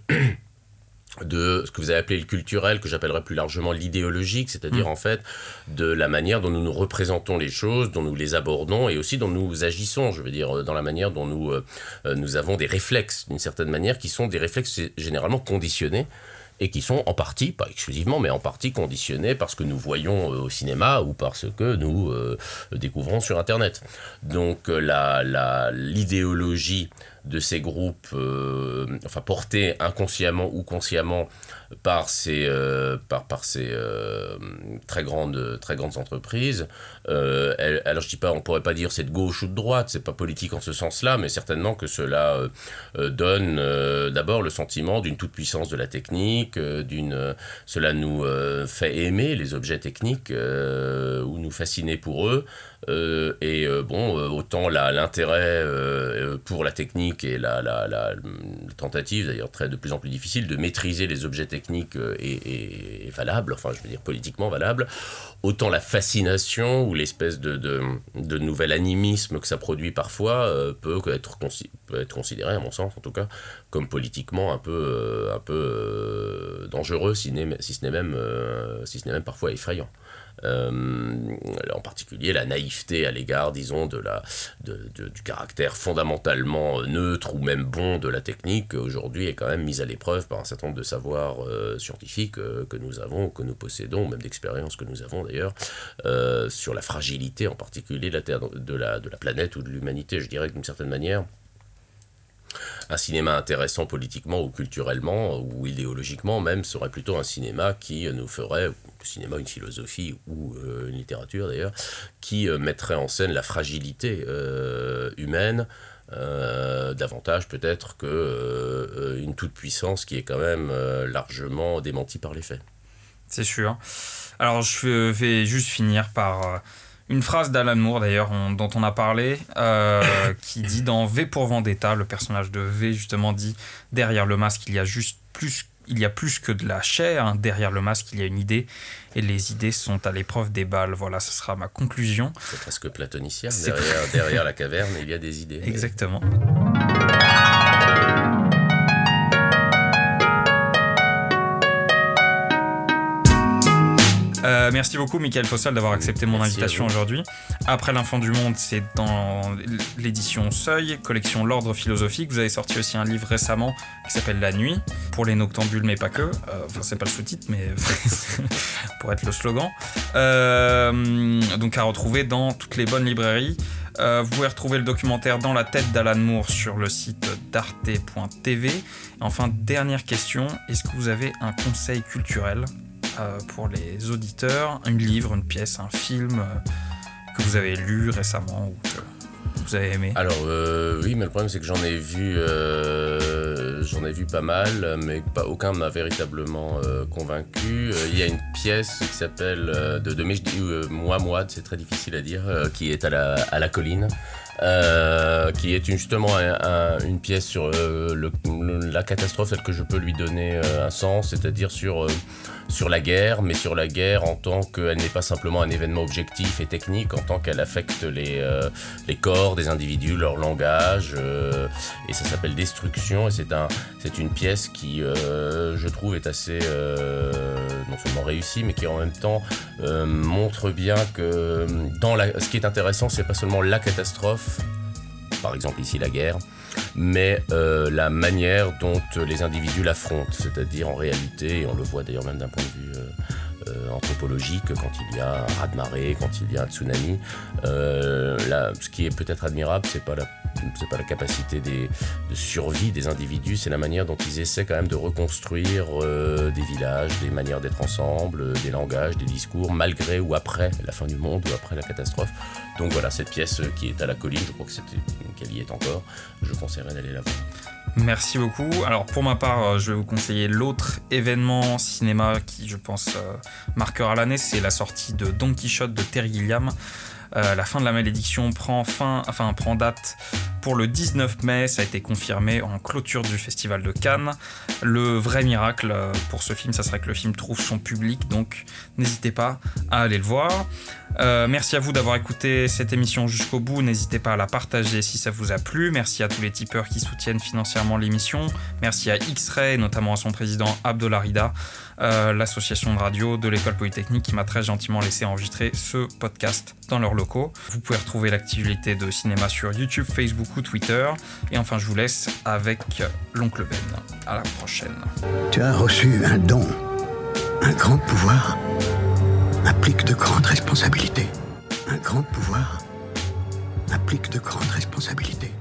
de ce que vous avez appelé le culturel, que j'appellerais plus largement l'idéologique, c'est-à-dire mmh. en fait de la manière dont nous nous représentons les choses, dont nous les abordons et aussi dont nous agissons, je veux dire, dans la manière dont nous, euh, nous avons des réflexes, d'une certaine manière, qui sont des réflexes généralement conditionnés et qui sont en partie, pas exclusivement, mais en partie conditionnés par ce que nous voyons euh, au cinéma ou par ce que nous euh, découvrons sur Internet. Donc euh, la, la, l'idéologie de ces groupes, euh, enfin portés inconsciemment ou consciemment par ces, euh, par, par ces euh, très, grandes, très grandes entreprises. Euh, elle, alors je dis pas, on pourrait pas dire c'est de gauche ou de droite, c'est pas politique en ce sens-là, mais certainement que cela euh, donne euh, d'abord le sentiment d'une toute-puissance de la technique, euh, d'une, euh, cela nous euh, fait aimer les objets techniques euh, ou nous fasciner pour eux. Euh, et euh, bon, euh, autant la, l'intérêt euh, pour la technique et la, la, la, la tentative, d'ailleurs très de plus en plus difficile, de maîtriser les objets techniques euh, est, est, est valable, enfin je veux dire politiquement valable, autant la fascination ou l'espèce de, de, de nouvel animisme que ça produit parfois euh, peut, être, peut être considéré, à mon sens en tout cas, comme politiquement un peu, euh, un peu euh, dangereux, si, si, ce n'est même, euh, si ce n'est même parfois effrayant. Euh, en particulier la naïveté à l'égard, disons, de la, de, de, du caractère fondamentalement neutre ou même bon de la technique, aujourd'hui est quand même mise à l'épreuve par un certain nombre de savoirs euh, scientifiques euh, que nous avons, que nous possédons, même d'expériences que nous avons d'ailleurs, euh, sur la fragilité en particulier de la, terre, de, la, de la planète ou de l'humanité. Je dirais que d'une certaine manière, un cinéma intéressant politiquement ou culturellement ou idéologiquement même serait plutôt un cinéma qui nous ferait, le cinéma, une philosophie ou euh, une littérature d'ailleurs, qui euh, mettrait en scène la fragilité euh, humaine euh, davantage peut-être qu'une euh, toute-puissance qui est quand même euh, largement démentie par les faits. C'est sûr. Alors je vais juste finir par... Euh une phrase d'Alan Moore, d'ailleurs, on, dont on a parlé, euh, qui dit dans V pour Vendetta, le personnage de V, justement, dit « Derrière le masque, il y a juste plus, il y a plus que de la chair, hein. Derrière le masque, il y a une idée, et les idées sont à l'épreuve des balles. Voilà, ce sera ma conclusion. C'est presque platonicien. Derrière, derrière la caverne, il y a des idées. Exactement. Euh, merci beaucoup Michael Fossal d'avoir accepté mon merci invitation aujourd'hui. Après l'Infant du Monde, c'est dans l'édition Seuil, collection L'Ordre Philosophique. Vous avez sorti aussi un livre récemment qui s'appelle La Nuit, pour les noctambules mais pas que. Euh, enfin c'est pas le sous-titre mais pour être le slogan. Euh, donc à retrouver dans toutes les bonnes librairies. Euh, vous pouvez retrouver le documentaire Dans la tête d'Alan Moore sur le site d'arte point t v. Et enfin, dernière question, est-ce que vous avez un conseil culturel pour les auditeurs, un livre, une pièce, un film que vous avez lu récemment ou que vous avez aimé? Alors euh, oui, mais le problème c'est que j'en ai vu, euh, j'en ai vu pas mal, mais pas aucun m'a véritablement euh, convaincu. Il y a une pièce qui s'appelle euh, de, de Mejdi euh, Mouawad, c'est très difficile à dire, euh, qui est à la, à la colline. Euh, qui est une, justement un, un, une pièce sur euh, le, le, la catastrophe telle que je peux lui donner euh, un sens, c'est-à-dire sur, euh, sur la guerre, mais sur la guerre en tant qu'elle n'est pas simplement un événement objectif et technique, en tant qu'elle affecte les, euh, les corps des individus, leur langage, euh, et ça s'appelle Destruction, et c'est, un, c'est une pièce qui, euh, je trouve, est assez euh, non seulement réussie, mais qui en même temps euh, montre bien que dans la, ce qui est intéressant, c'est pas seulement la catastrophe, par exemple ici la guerre, mais euh, la manière dont les individus l'affrontent, c'est-à-dire en réalité, et on le voit d'ailleurs même d'un point de vue euh, euh, anthropologique, quand il y a un raz-de-marée, quand il y a un tsunami, euh, là, ce qui est peut-être admirable, c'est pas la c'est pas la capacité des, de survie des individus, c'est la manière dont ils essaient quand même de reconstruire euh, des villages, des manières d'être ensemble, euh, des langages, des discours, malgré ou après la fin du monde ou après la catastrophe. Donc voilà, cette pièce qui est à la colline, je crois que c'était, qu'elle y est encore, je conseillerais d'aller la voir. Merci beaucoup. Alors pour ma part, je vais vous conseiller l'autre événement cinéma qui, je pense, euh, marquera l'année, c'est la sortie de Don Quichotte de Terry Gilliam. Euh, la fin de la malédiction prend, fin, enfin, prend date pour le dix-neuf mai, ça a été confirmé en clôture du Festival de Cannes. Le vrai miracle pour ce film, ça serait que le film trouve son public, donc n'hésitez pas à aller le voir. Euh, merci à vous d'avoir écouté cette émission jusqu'au bout, n'hésitez pas à la partager si ça vous a plu. Merci à tous les tipeurs qui soutiennent financièrement l'émission. Merci à X-Ray, notamment à son président Abdollah Rida, euh, l'association de radio de l'école polytechnique qui m'a très gentiment laissé enregistrer ce podcast dans leurs locaux. Vous pouvez retrouver l'activité de cinéma sur YouTube, Facebook ou Twitter. Et enfin, je vous laisse avec l'oncle Ben. À la prochaine. Tu as reçu un don. Un grand pouvoir implique de grandes responsabilités. Un grand pouvoir implique de grandes responsabilités.